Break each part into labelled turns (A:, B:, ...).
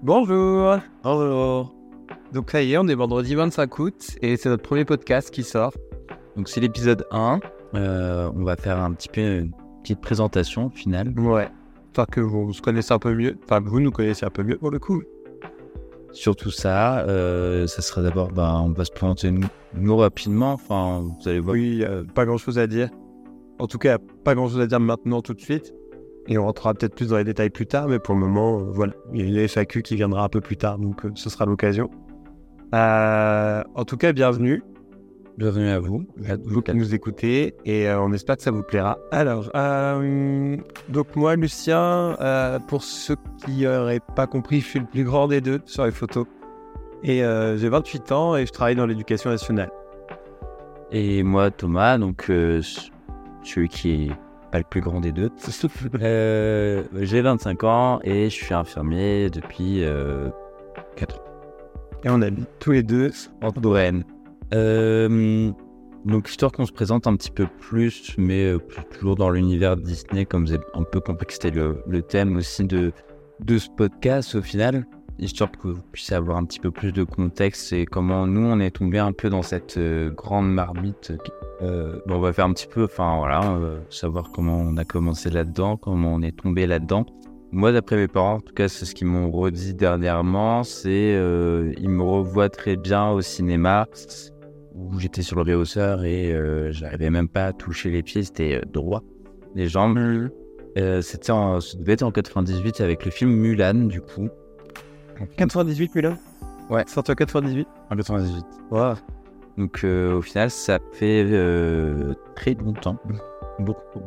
A: Bonjour.
B: Bonjour.
A: Donc ça y est, on est vendredi 25 août et c'est notre premier podcast qui sort.
B: Donc c'est l'épisode 1. On va faire une petite présentation finale.
A: Ouais. Histoire que vous se connaissez un peu mieux. Enfin, vous nous connaissez un peu mieux pour le coup.
B: Surtout ça, ça sera d'abord, on va se présenter nous rapidement. Enfin, vous allez voir.
A: Oui, pas grand-chose à dire. En tout cas, pas grand-chose à dire maintenant tout de suite. Et on rentrera peut-être plus dans les détails plus tard, mais pour le moment, voilà. Il y a une FAQ qui viendra un peu plus tard, donc ce sera l'occasion. En tout cas, bienvenue.
B: Bienvenue à vous.
A: Vous qui nous écoutez, et on espère que ça vous plaira. Alors, donc moi, Lucien, pour ceux qui n'auraient pas compris, je suis le plus grand des deux sur les photos. Et j'ai 28 ans et je travaille dans l'éducation nationale.
B: Et moi, Thomas, donc celui qui est pas le plus grand des deux. J'ai 25 ans et je suis infirmier depuis 4 ans.
A: Et on habite tous les deux
B: en Touraine. Donc histoire qu'on se présente un petit peu plus, mais toujours dans l'univers Disney, comme vous avez un peu compris que c'était le thème aussi de ce podcast au final, histoire que vous puissiez avoir un petit peu plus de contexte et comment nous on est tombé un peu dans cette grande marmite. On va faire un petit peu, savoir comment on a commencé là-dedans, comment on est tombé là-dedans. Moi, d'après mes parents, en tout cas, c'est ce qu'ils m'ont redit dernièrement, c'est ils me revoient très bien au cinéma, où j'étais sur le rehausseur et j'arrivais même pas à toucher les pieds, c'était droit, les jambes. Ça devait être en 98 avec le film Mulan, du coup.
A: 98 Mulan.
B: Ouais.
A: Sorti en 98.
B: En 98.
A: Wow.
B: Donc au final, ça fait très longtemps, beaucoup.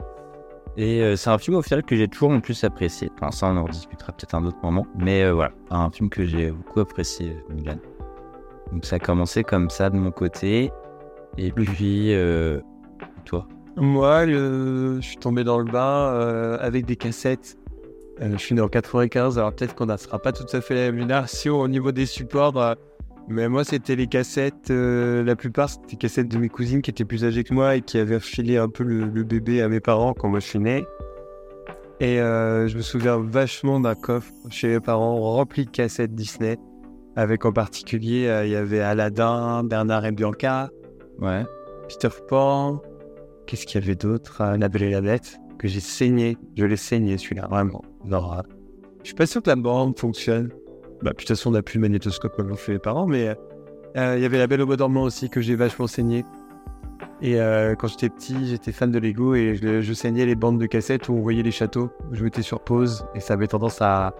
B: Et c'est un film au final que j'ai toujours en plus apprécié. Enfin, ça, on en discutera peut-être un autre moment. Mais voilà, un film que j'ai beaucoup apprécié, Mulan. Donc ça a commencé comme ça de mon côté. Et puis, toi?
A: Moi, je suis tombé dans le bain avec des cassettes. Je suis né en 95, alors peut-être qu'on ne sera pas tout à fait la même génération au niveau des supports. Mais moi, c'était les cassettes. La plupart, c'était des cassettes de mes cousines qui étaient plus âgées que moi et qui avaient filé un peu le bébé à mes parents quand moi je suis né. Et je me souviens vachement d'un coffre chez mes parents rempli de cassettes Disney. Avec en particulier, il y avait Aladdin, Bernard et Bianca,
B: Ouais.
A: Peter Pan. Qu'est-ce qu'il y avait d'autre? La Belle et la Bête, que j'ai saigné. Je l'ai saigné celui-là, vraiment. Alors, je suis pas sûr que la bande fonctionne. Puis de toute façon, on n'a plus le magnétoscope comme l'ont fait les parents, mais il y avait La Belle au bois dormant aussi que j'ai vachement saigné. Et quand j'étais petit, j'étais fan de Lego et je saignais les bandes de cassettes où on voyait les châteaux. Je mettais sur pause et ça avait tendance à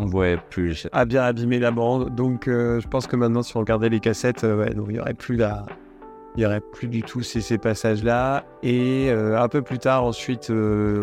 A: bien abîmer la bande. Donc je pense que maintenant, si on regardait les cassettes, il n'y aurait plus du tout ces passages-là. Et un peu plus tard, ensuite,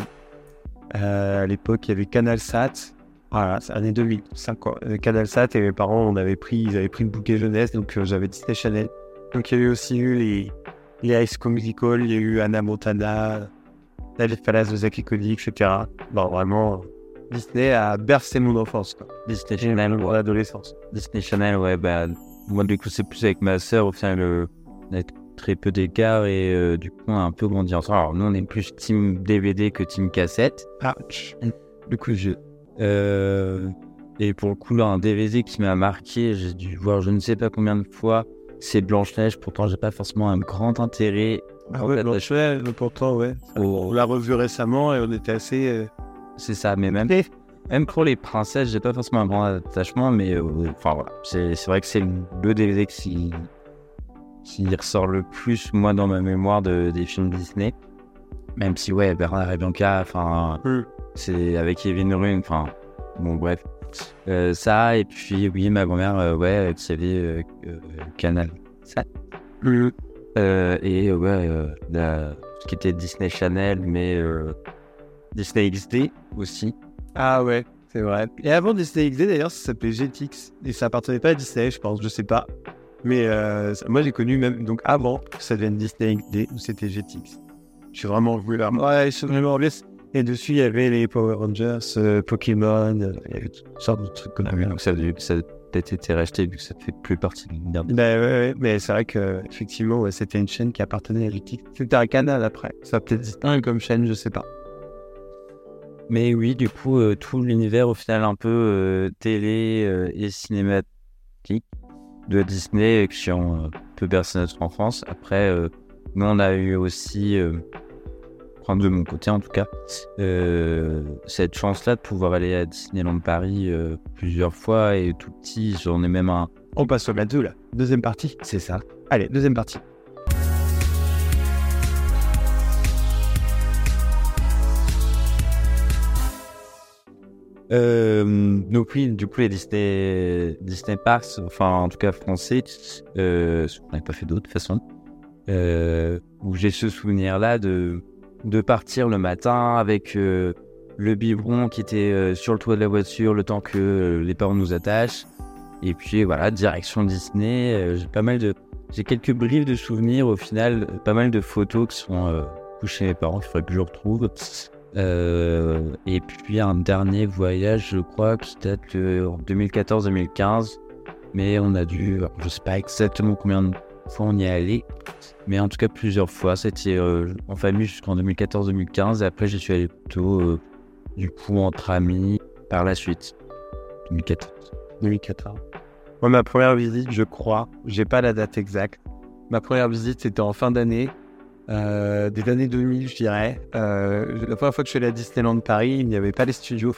A: à l'époque, il y avait CanalSat. Voilà, c'est l'année 2005, CanalSat, et mes parents, ils avaient pris le bouquet jeunesse, donc j'avais Disney Channel. Donc il y avait aussi eu les High School Musical, il y a eu Hannah Montana, La Vie de Palace de Zack et Cody, etc. Vraiment, Disney a bercé mon enfance, quoi.
B: Disney Channel,
A: pour l'adolescence.
B: Disney Channel, moi du coup c'est plus avec ma sœur, au final on a très peu d'écart et du coup on a un peu grandi ensemble. Alors nous on est plus team DVD que team cassette. Du coup et pour le coup là un DVD qui m'a marqué, j'ai dû voir je ne sais pas combien de fois, c'est Blanche-Neige. Pourtant j'ai pas forcément un grand intérêt.
A: Blanche-Neige, pourtant ouais. On l'a revu récemment et on était assez...
B: C'est ça, mais même pour les princesses, j'ai pas forcément un grand attachement, mais c'est vrai que c'est le DVD qui ressort le plus, moi, dans ma mémoire des films Disney. Même si, Bernard et Bianca, c'est avec Kevin Rune, bref. Ça, et puis, oui, ma grand-mère, qui avait Canal. Ça. Et, ce qui était Disney Channel, mais Disney XD aussi.
A: Ah ouais, c'est vrai. Et avant Disney XD, d'ailleurs, ça s'appelait Jetix. Et ça appartenait pas à Disney, je pense, je sais pas. Mais moi, j'ai connu même, donc avant que ça devienne Disney XD, où c'était Jetix. Je suis vraiment joué là. Ouais, je suis vraiment oublié. Et dessus, il y avait les Power Rangers, Pokémon, il y avait toutes sortes de trucs qu'on avait.
B: Donc ça a peut-être été racheté, vu que ça fait plus partie de l'univers.
A: Ouais, mais c'est vrai que effectivement, c'était une chaîne qui appartenait à Jetix. C'était un canal après. Ça a peut-être distingué comme chaîne, je sais pas.
B: Mais oui, du coup, tout l'univers au final un peu télé et cinématique de Disney qui ont un peu bercé notre enfance. Après, nous, on a eu aussi, enfin, de mon côté en tout cas, cette chance-là de pouvoir aller à Disneyland Paris plusieurs fois. Et tout petit, j'en ai même un...
A: On passe au la 2 là. Deuxième partie.
B: C'est ça.
A: Allez, deuxième partie.
B: Donc oui, du coup les Disney Parks, enfin en tout cas français, on n'avait pas fait d'autres de toute façon, où j'ai ce souvenir-là de partir le matin avec le biberon qui était sur le toit de la voiture le temps que les parents nous attachent, et puis voilà, direction Disney. J'ai quelques bribes de souvenirs au final, pas mal de photos qui sont chez mes parents qu'il faudrait que je retrouve. Et puis un dernier voyage, je crois, qui date en 2014-2015, mais on a dû, je sais pas exactement combien de fois on y est allé, mais en tout cas plusieurs fois. C'était en famille jusqu'en 2014-2015, et après j'y suis allé plutôt du coup entre amis par la suite.
A: 2014. Moi, ma première visite, je crois, j'ai pas la date exacte. Ma première visite, c'était en fin d'année. Des années 2000, je dirais. La première fois que je suis allé à Disneyland Paris, il n'y avait pas les studios.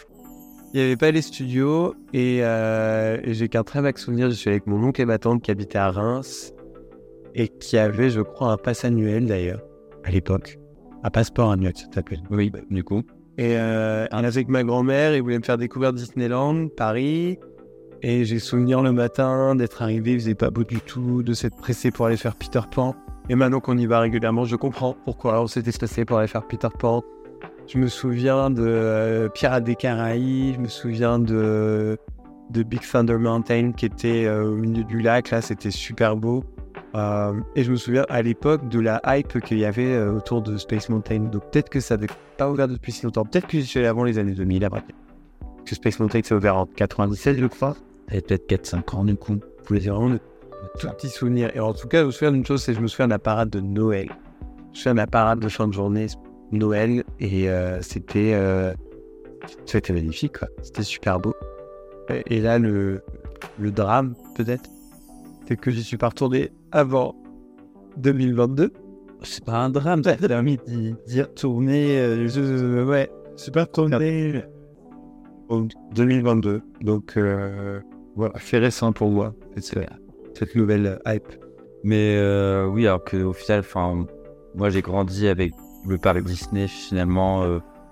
A: Et j'ai qu'un très vague souvenir. Je suis allé avec mon oncle et ma tante qui habitaient à Reims et qui avaient, je crois, un pass annuel d'ailleurs, à l'époque. Un passeport annuel, ça s'appelle.
B: Oui, du coup.
A: Et on était avec ma grand-mère, ils voulaient me faire découvrir Disneyland Paris. Et j'ai souvenir le matin d'être arrivé, il faisait pas beau du tout, de s'être pressé pour aller faire Peter Pan. Et maintenant qu'on y va régulièrement, je comprends pourquoi on s'était stressé pour aller faire Peter Pan. Je me souviens de Pirates des Caraïbes, je me souviens de Big Thunder Mountain qui était au milieu du lac, là c'était super beau. Et je me souviens à l'époque de la hype qu'il y avait autour de Space Mountain. Donc peut-être que ça n'avait pas ouvert depuis si longtemps, peut-être que j'y suis allé avant les années 2000 après. Parce que Space Mountain s'est ouvert en 97 je crois.
B: Ça fait peut-être 4-5 ans du coup.
A: Je voulais dire vraiment tout petit souvenir. Et en tout cas, je me souviens d'une chose, c'est que je me souviens de la parade de Noël. Je me souviens de la parade de fin de journée Noël. Et c'était magnifique, quoi. C'était super beau. Et là, le drame, peut-être, c'est que j'y suis pas retourné avant 2022.
B: C'est pas un drame, ça t'a permis d'y retourner.
A: Ouais, je suis pas retourné en 2022. Donc, voilà, c'est récent pour moi. Cette nouvelle hype.
B: Mais oui, alors qu'au final, moi j'ai grandi avec le parc Disney finalement.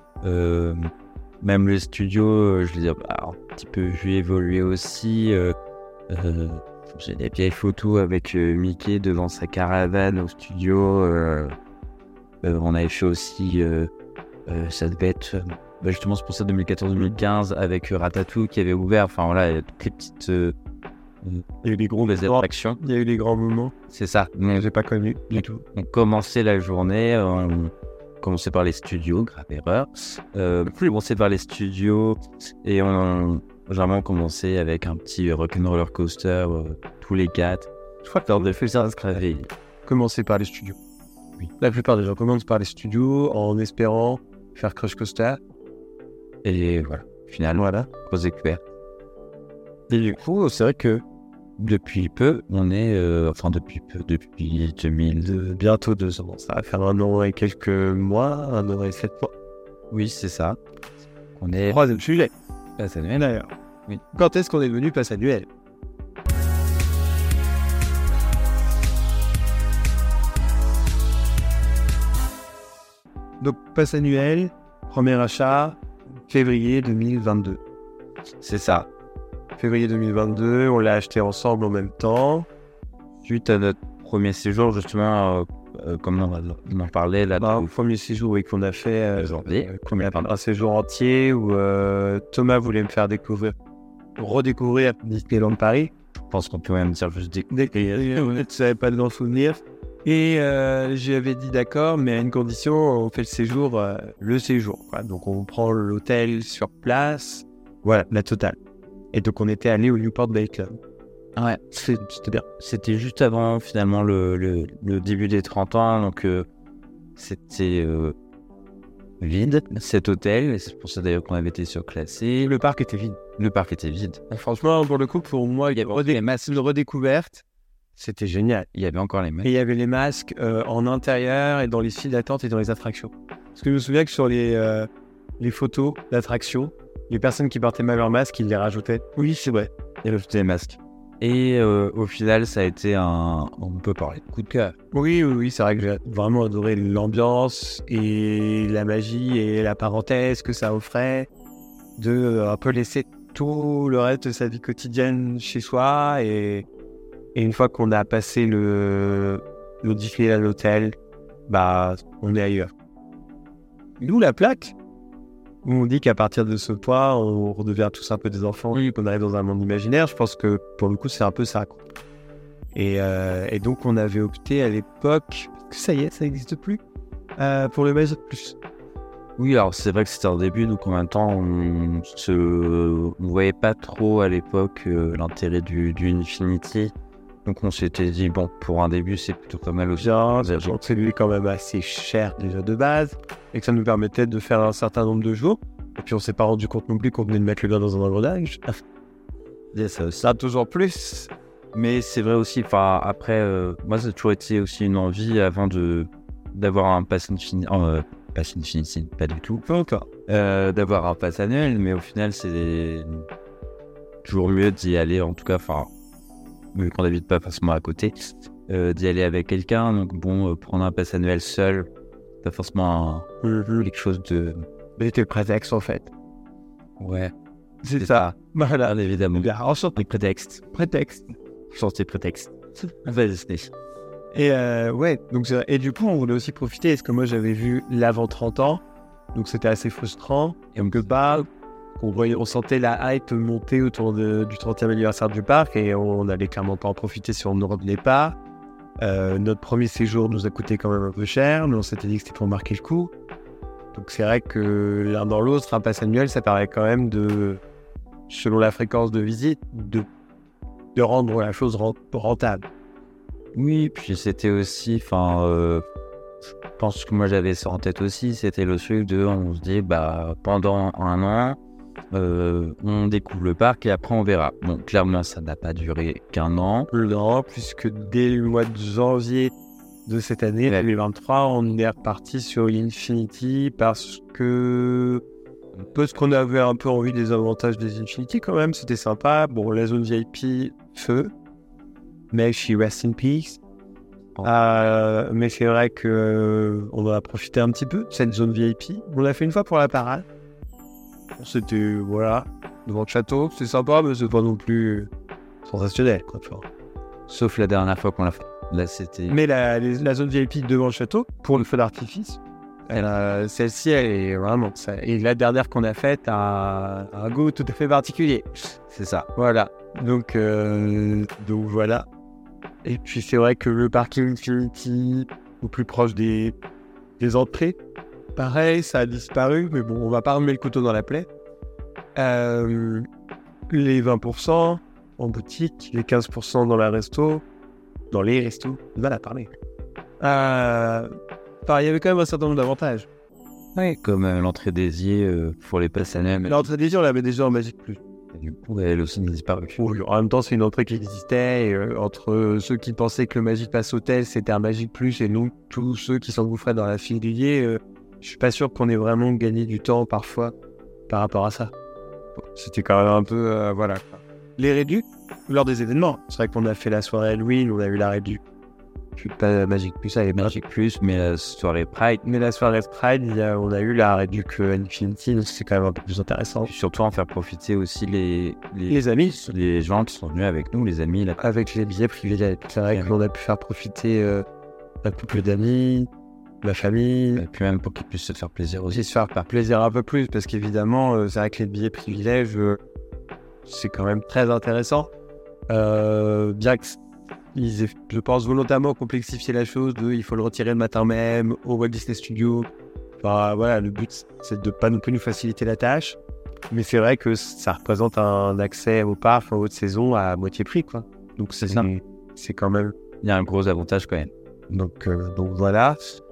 B: Même le studio, je veux dire, un petit peu vu évoluer aussi. J'ai des vieilles photos avec Mickey devant sa caravane au studio. On avait fait aussi, ça devait être justement c'est pour ça 2014-2015 avec Ratatouille qui avait ouvert. Enfin voilà, il y a toutes les petites.
A: Il y a eu des gros
B: attractions.
A: Il y a eu des grands moments.
B: C'est ça.
A: Mais j'ai pas connu du tout.
B: On commençait la journée, on commençait par les studios, grave erreur. Commençait par les studios et on généralement commençait avec un petit rock'n'roller coaster, tous les 4.
A: Je crois que
B: lors de ça se crevait.
A: Commencer par les studios.
B: Oui.
A: La plupart des gens commencent par les studios en espérant faire Crush Coaster.
B: Et voilà, finalement, gros découverte.
A: Et du coup, c'est vrai que
B: depuis peu, on est, depuis 2000,
A: bientôt 2 ans. Ça va faire 1 an et quelques mois, 1 an et 7 mois.
B: Oui, c'est ça. On est...
A: Troisième sujet.
B: Pass annuel d'ailleurs.
A: Oui. Quand est-ce qu'on est devenu pass annuel ? Donc, pass annuel, premier achat, février 2022.
B: C'est ça.
A: Février 2022, on l'a acheté ensemble en même temps.
B: Suite à notre premier séjour, justement, comme on en parlait là.
A: Au premier séjour, oui, qu'on a fait.
B: Qu'on a
A: un séjour entier où Thomas voulait me faire redécouvrir Disneyland Paris.
B: Je pense qu'on peut même dire juste
A: découvrir. Tu ne savais pas de grand souvenir. Et je lui avais dit d'accord, mais à une condition, on fait le séjour. Quoi. Donc on prend l'hôtel sur place. Voilà, la totale. Et donc on était allé au Newport Bay Club.
B: Ouais,
A: c'était bien.
B: C'était juste avant finalement le début des 30 ans, donc c'était vide, cet hôtel, et c'est pour ça d'ailleurs qu'on avait été surclassé.
A: Le parc était vide.
B: Le parc était vide.
A: Et franchement, pour le coup, pour moi, il y avait une redécouverte. C'était génial.
B: Il y avait encore les masques.
A: Et il y avait les masques en intérieur et dans les files d'attente et dans les attractions. Parce que je me souviens que sur les photos d'attractions, les personnes qui portaient mal leur masque, ils les rajoutaient. Oui, c'est vrai.
B: Il y avait tous les masques. Et au final, ça a été on peut parler de coup de cœur.
A: Oui, c'est vrai que j'ai vraiment adoré l'ambiance et la magie et la parenthèse que ça offrait de un peu laisser tout le reste de sa vie quotidienne chez soi et une fois qu'on a passé le défilé à l'hôtel, bah on est ailleurs. D'où la plaque où on dit qu'à partir de ce point, on redevient tous un peu des enfants, qu'on arrive dans un monde imaginaire. Je pense que pour le coup, c'est un peu ça, quoi. Et donc, on avait opté à l'époque, parce que ça y est, ça n'existe plus, pour le Magic Plus.
B: Oui, alors c'est vrai que c'était en début, donc en même temps, on voyait pas trop à l'époque l'intérêt du Infinity. Donc on s'était dit, bon, pour un début, c'est plutôt pas mal aussi.
A: Donc c'est lui quand même assez cher déjà de base, et que ça nous permettait de faire un certain nombre de jours. Et puis on s'est pas rendu compte non plus qu'on venait de mettre le doigt dans un engrenage. Ça toujours plus.
B: Mais c'est vrai aussi, enfin après, moi ça a toujours été aussi une envie avant d'avoir un pass Infinity, pas du tout.
A: Pas encore.
B: D'avoir un pass annuel, mais au final c'est toujours mieux d'y aller, en tout cas, enfin, vu qu'on n'habite pas forcément à côté, d'y aller avec quelqu'un. Donc bon, prendre un pass annuel seul, pas forcément quelque chose de...
A: Mais c'était le prétexte en fait.
B: Ouais.
A: C'est ça. Voilà.
B: Bien évidemment.
A: Enchanté.
B: Prétexte. Enchanté prétexte. Vas-y.
A: Et ouais, donc et du coup, on voulait aussi profiter, parce que moi j'avais vu l'avant 30 ans, donc c'était assez frustrant. Et on sentait la hype monter autour du 30e anniversaire du parc, et on n'allait clairement pas en profiter si on ne revenait pas. Notre premier séjour nous a coûté quand même un peu cher, mais on s'était dit que c'était pour marquer le coup. Donc c'est vrai que l'un dans l'autre, un pass annuel, ça permet quand même selon la fréquence de visite, de rendre la chose rentable.
B: Oui, puis c'était aussi, je pense que moi j'avais ça en tête aussi, c'était le truc on se dit, pendant un an, on découvre le parc et après on verra. Bon, clairement, ça n'a pas duré qu'un an.
A: Non, puisque dès le mois de janvier de cette année, 2023, on est reparti sur l'Infinity parce qu'on avait un peu envie des avantages des Infinity quand même, c'était sympa. Bon, la zone VIP, feu. Mais she rest in peace. Mais c'est vrai qu'on en a profité un petit peu de cette zone VIP. On l'a fait une fois pour la parade. C'était, voilà, devant le château. C'est sympa, mais c'est pas non plus sensationnel, quoi.
B: Sauf la dernière fois qu'on l'a fait. Là, c'était...
A: Mais la zone VIP devant le château, pour le feu d'artifice, celle-ci, elle est vraiment... Et la dernière qu'on a faite a un goût tout à fait particulier.
B: C'est ça.
A: Voilà. Donc voilà. Et puis c'est vrai que le parking Infinity, au plus proche des entrées, pareil, ça a disparu, mais bon, on va pas remettre le couteau dans la plaie. Les 20% en boutique, les 15% dans les restos, on va la parler. Il y avait quand même un certain nombre d'avantages.
B: Oui, comme l'entrée dédiée pour les passes annuelles.
A: L'entrée dédiée, on l'avait déjà en Magic Plus.
B: Et du coup, elle aussi a disparu.
A: Oui, en même temps, c'est une entrée qui existait. Et, entre ceux qui pensaient que le Magic Pass Hotel, c'était un Magic Plus, et nous, tous ceux qui s'engouffraient dans la file dédiée, je suis pas sûr qu'on ait vraiment gagné du temps parfois par rapport à ça. Bon, c'était quand même un peu, voilà. Les réducs, lors des événements. C'est vrai qu'on a fait la soirée Halloween, on a eu la réduc. Je suis pas Magic Plus, ça est
B: Magic Plus, mais la soirée Pride.
A: Mais la soirée Pride, on a eu la réduc Infinity, donc c'est quand même un peu plus intéressant.
B: Et surtout en faire profiter aussi
A: les amis,
B: les gens qui sont venus avec nous, les amis.
A: Avec les billets privilégiés. C'est vrai qu'on a pu faire profiter un couple d'amis, la famille.
B: Et puis même pour qu'ils puissent se faire plaisir aussi.
A: Se faire plaisir un peu plus, parce qu'évidemment, c'est vrai que les billets privilèges, c'est quand même très intéressant. Bien que je pense volontairement complexifier la chose il faut le retirer le matin même au Walt Disney Studios. Enfin voilà, le but c'est de pas non plus nous faciliter la tâche, mais c'est vrai que ça représente un accès au parc en haute saison à moitié prix, quoi. Donc c'est quand même,
B: il y a un gros avantage quand même.
A: Donc voilà.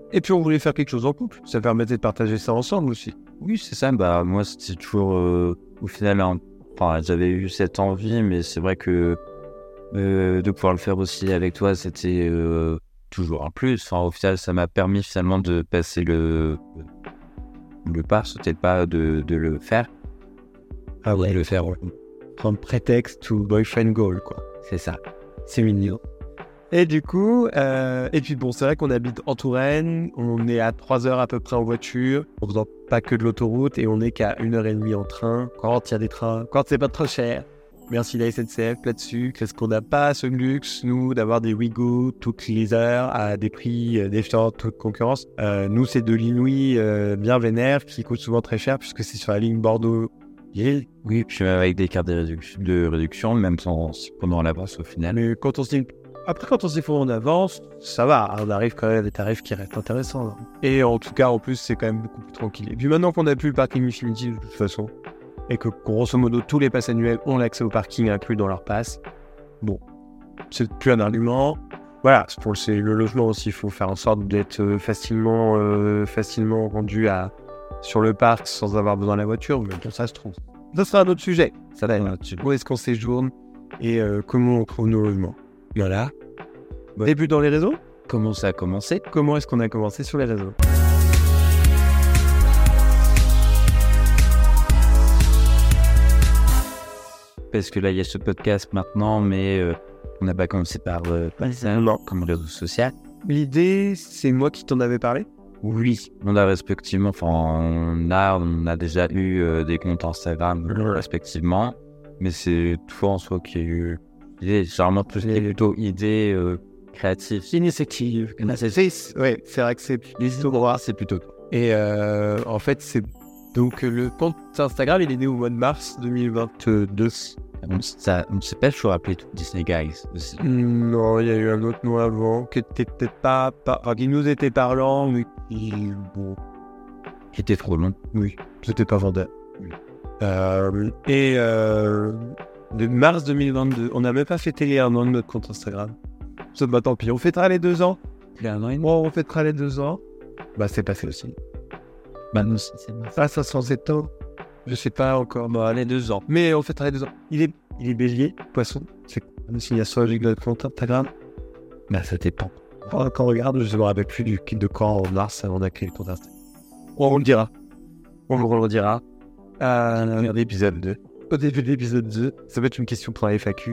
A: Et puis on voulait faire quelque chose en couple. Ça permettait de partager ça ensemble aussi.
B: Oui, c'est ça. Bah, moi, c'était toujours, au final, enfin, j'avais eu cette envie, mais c'est vrai que de pouvoir le faire aussi avec toi, c'était toujours un plus. Enfin, au final, ça m'a permis finalement de passer le pas, sauter le pas de le faire.
A: Ah ouais.
B: De le faire, ouais.
A: Prendre prétexte to boyfriend goal, quoi.
B: C'est ça.
A: C'est mignon. Et du coup, et puis bon, c'est vrai qu'on habite en Touraine, on est à 3 heures à peu près en voiture, en faisant pas que de l'autoroute, et on est qu'à 1h30 en train, quand il y a des trains, quand c'est pas trop cher. Merci la SNCF là-dessus, parce qu'on n'a pas ce luxe, nous, d'avoir des Ouigo toutes les heures à des prix défiant toute concurrence. Nous, c'est de l'inouï bien vénère, qui coûte souvent très cher, puisque c'est sur la ligne Bordeaux.
B: Oui, puis même avec des cartes de réduction, même sans pendant l'avance au final.
A: Mais quand on se dit... Après, quand on s'y fait en avance, ça va, on arrive quand même à des tarifs qui restent intéressants. Et en tout cas, en plus, c'est quand même beaucoup plus tranquille. Et puis maintenant qu'on n'a plus le parking Infinity de toute façon, et que grosso modo, tous les passes annuels ont l'accès au parking inclus dans leur passe, bon, c'est plus un argument. Voilà, pour le logement aussi, il faut faire en sorte d'être facilement rendu sur le parc sans avoir besoin de la voiture, mais bon, ça se trouve. Ça sera un autre sujet. Ça va être où est-ce qu'on séjourne et comment on trouve nos logements. Voilà. Ouais. Début dans les réseaux.
B: Comment ça a commencé?
A: Comment est-ce qu'on a commencé sur les réseaux?
B: Parce que là, il y a ce podcast maintenant, mais on n'a pas commencé par comme réseau social.
A: L'idée, c'est moi qui t'en avais parlé?
B: Oui, on a respectivement, enfin, on a déjà eu des comptes Instagram respectivement, mais c'est toi en soi qui a eu l'idée, généralement tout ce qui est plutôt idée créative.
A: Initiative. Oui, c'est vrai que c'est plutôt. Et en fait, c'est donc le compte Instagram, il est né au mois de mars 2022.
B: On ne s'est pas toujours appelé Disney Guys aussi.
A: Non, il y a eu un autre nom avant qui était peut-être pas enfin, qui nous était parlant, mais qui
B: était trop long.
A: Oui, c'était pas vendeur. Oui. De mars 2022, on n'a même pas fêté les 1 an de notre compte Instagram. Bah tant pis, on fêtera les 2 ans. On fêtera les 2 ans. Bah c'est passé aussi.
B: Bah nous aussi, c'est
A: passé. Ah, 507 ans. Je sais pas encore. Bah les 2 ans. Mais on fêtera les 2 ans. Il est bélier, poisson. C'est une signe astrologique de notre compte Instagram.
B: Bah ça dépend.
A: Quand on regarde, je me rappelle plus de quand en mars on a créé le compte Instagram. On le dira. On vous le redira. L'épisode 2. Au début de l'épisode 2. Ça va être une question pour la FAQ.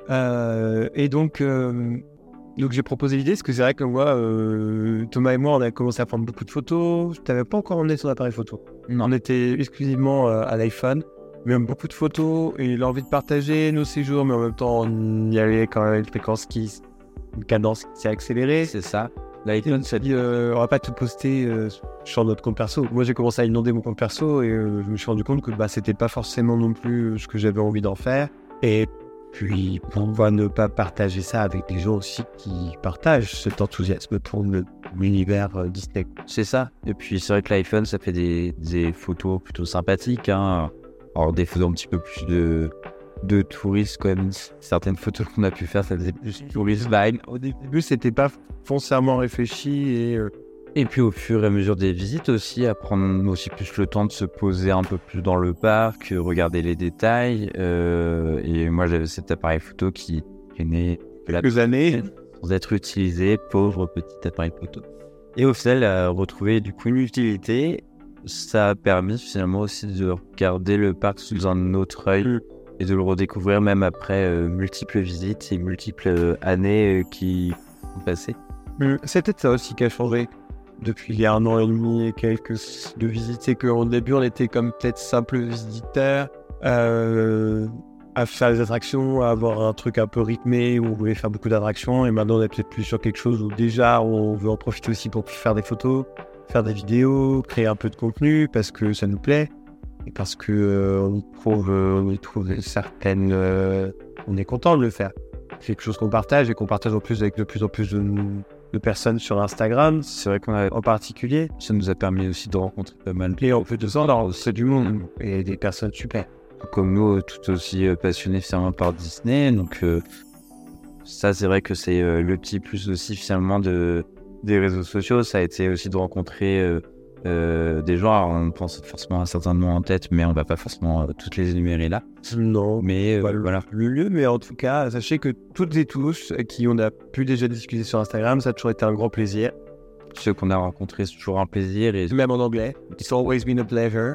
A: Et donc j'ai proposé l'idée, parce que c'est vrai que moi, Thomas et moi, on a commencé à prendre beaucoup de photos. Je t'avais pas encore emmené son appareil photo.
B: Non.
A: On était exclusivement à l'iPhone, mais on a beaucoup de photos et l'envie de partager nos séjours, mais en même temps, on y allait quand même une cadence qui s'est accélérée.
B: C'est ça.
A: L'iPhone, ça dit, on va pas tout poster sur notre compte perso. Moi, j'ai commencé à inonder mon compte perso et je me suis rendu compte que c'était pas forcément non plus ce que j'avais envie d'en faire. Et puis, on va ne pas partager ça avec des gens aussi qui partagent cet enthousiasme pour l'univers Disney.
B: C'est ça. Et puis, c'est vrai que l'iPhone, ça fait des photos plutôt sympathiques. Hein. Alors, des photos un petit peu plus de touristes, quand même. Certaines photos qu'on a pu faire, ça faisait plus tourist vibe.
A: Au début, c'était pas foncièrement réfléchi
B: et puis au fur et à mesure des visites aussi, à prendre aussi plus le temps de se poser un peu plus dans le parc, regarder les détails. Et moi, j'avais cet appareil photo qui est né
A: quelques années
B: sans être utilisé, pauvre petit appareil photo. Et au final, à retrouver du coup une utilité, ça a permis finalement aussi de regarder le parc sous un autre œil et de le redécouvrir même après multiples visites et multiples années qui ont passé.
A: C'est peut-être ça aussi qui a changé. Depuis il y a 1 an et demi et quelques de visites, c'est qu'au début on était comme peut-être simples visiteurs à faire des attractions, à avoir un truc un peu rythmé où on voulait faire beaucoup d'attractions, et maintenant on est peut-être plus sur quelque chose où déjà on veut en profiter aussi pour faire des photos, faire des vidéos, créer un peu de contenu parce que ça nous plaît et parce que on y trouve certaines on est content de le faire. C'est quelque chose qu'on partage et qu'on partage en plus avec de plus en plus de personnes sur Instagram. C'est vrai qu'on a en particulier.
B: Ça nous a permis aussi de rencontrer pas mal
A: et en plus de ça, c'est du monde et des personnes super.
B: Comme nous, tout aussi passionnés finalement par Disney. Donc ça, c'est vrai que c'est le petit plus aussi finalement de des réseaux sociaux, ça a été aussi de rencontrer des gens. Alors, on pense forcément à un certain nombre en tête, mais on va pas forcément toutes les énumérer là.
A: Non,
B: Mais voilà.
A: le lieu, mais en tout cas, sachez que toutes et tous qui on a pu déjà discuter sur Instagram, ça a toujours été un grand plaisir.
B: Ceux qu'on a rencontrés, c'est toujours un plaisir. Et
A: Même en anglais, it's always been a pleasure.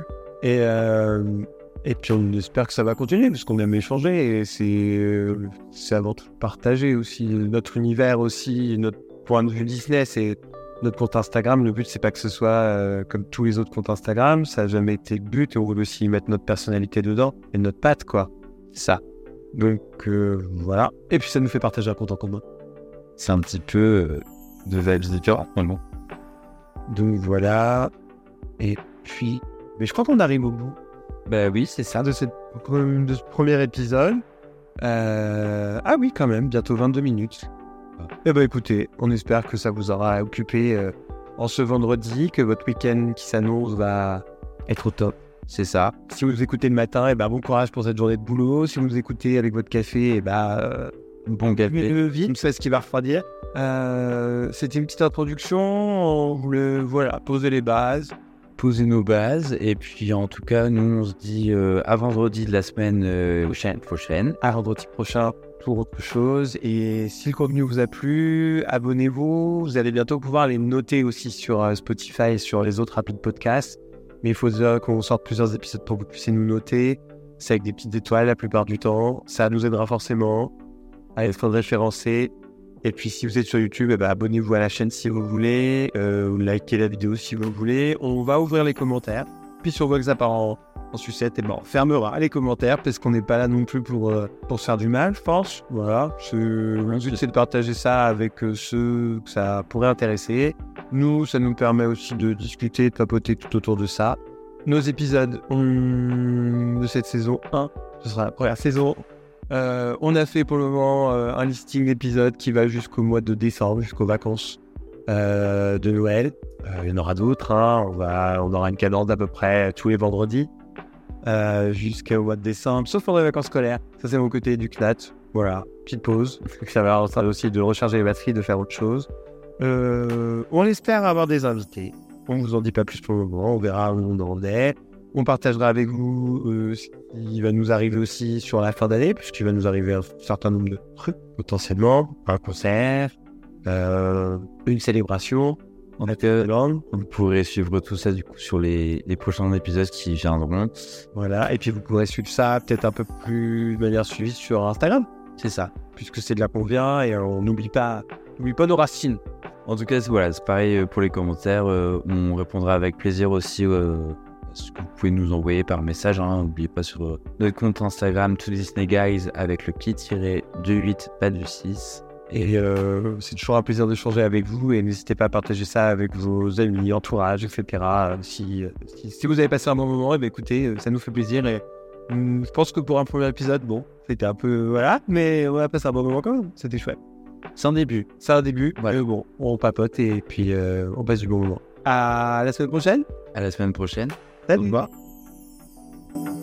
A: Et puis on espère que ça va continuer parce qu'on aime échanger et c'est avant tout partager aussi notre univers aussi, notre point de vue Disney, c'est notre compte Instagram. Le but c'est pas que ce soit comme tous les autres comptes Instagram, ça n'a jamais été le but et on veut aussi mettre notre personnalité dedans et notre patte quoi. C'est ça. Donc voilà. Et puis ça nous fait partager un compte en commun.
B: c'est un petit peu de vibes différentes. Bon.
A: Donc voilà. Et puis, mais je crois qu'on arrive au bout.
B: Bah oui, c'est ça.
A: De ce premier épisode. Ah oui, quand même, bientôt 22 minutes. Eh ben écoutez, on espère que ça vous aura occupé en ce vendredi, que votre week-end qui s'annonce va être au top.
B: C'est ça.
A: Si vous écoutez le matin, eh ben bon courage pour cette journée de boulot. Si vous écoutez avec votre café, eh ben
B: Bon café.
A: vite, c'est ce qui va refroidir. C'était une petite introduction. On voulait poser les bases.
B: Poser nos bases. Et puis en tout cas, nous on se dit à vendredi de la semaine prochaine.
A: À vendredi prochain pour autre chose. Et si le contenu vous a plu, abonnez-vous. Vous allez bientôt pouvoir les noter aussi sur Spotify et sur les autres applis de podcast. Mais il faut déjà qu'on sorte plusieurs épisodes pour que vous puissiez nous noter. C'est avec des petites étoiles la plupart du temps. Ça nous aidera forcément à être référencé. Et puis si vous êtes sur YouTube, eh ben, abonnez-vous à la chaîne si vous voulez, likez la vidéo si vous voulez. On va ouvrir les commentaires. Puis si on voit que ça part en sucette, eh ben, on fermera les commentaires parce qu'on n'est pas là non plus pour se faire du mal, je pense. Voilà. Le but c'est de partager ça avec ceux que ça pourrait intéresser. Nous, ça nous permet aussi de discuter, de papoter tout autour de ça. Nos épisodes de cette saison 1, ce sera la première saison. On a fait pour le moment un listing d'épisodes qui va jusqu'au mois de décembre, jusqu'aux vacances de Noël. Il y en aura d'autres, hein. On aura une cadence d'à peu près tous les vendredis jusqu'au mois de décembre, sauf pendant les vacances scolaires. Ça c'est mon côté du CNAT. Voilà, petite pause. Ça va aussi de recharger les batteries, de faire autre chose. On espère avoir des invités. On vous en dit pas plus pour le moment, on verra où on en est. On partagera avec vous ce qui va nous arriver aussi sur la fin d'année, puisqu'il va nous arriver un certain nombre de trucs, potentiellement. Un concert, une célébration.
B: En tout cas, vous pourrez suivre tout ça du coup sur les prochains épisodes qui viendront.
A: Voilà, et puis vous pourrez suivre ça peut-être un peu plus de manière suivie sur Instagram. C'est ça, puisque c'est de là qu'on vient et on n'oublie pas nos racines.
B: En tout cas, voilà, c'est pareil pour les commentaires. On répondra avec plaisir aussi ce que vous pouvez nous envoyer par message. N'oubliez pas sur notre compte Instagram, To Disney Guys, avec le /28, pas du 6.
A: Et c'est toujours un plaisir d'échanger avec vous et n'hésitez pas à partager ça avec vos amis, entourage, etc. Si vous avez passé un bon moment, écoutez, ça nous fait plaisir et je pense que pour un premier épisode, bon, c'était un peu, voilà, mais on a passé un bon moment quand même, c'était chouette.
B: C'est un début,
A: voilà. Mais bon, on papote et puis on passe du bon moment. À la semaine prochaine.
B: À la semaine prochaine.
A: Salut.
B: Au revoir.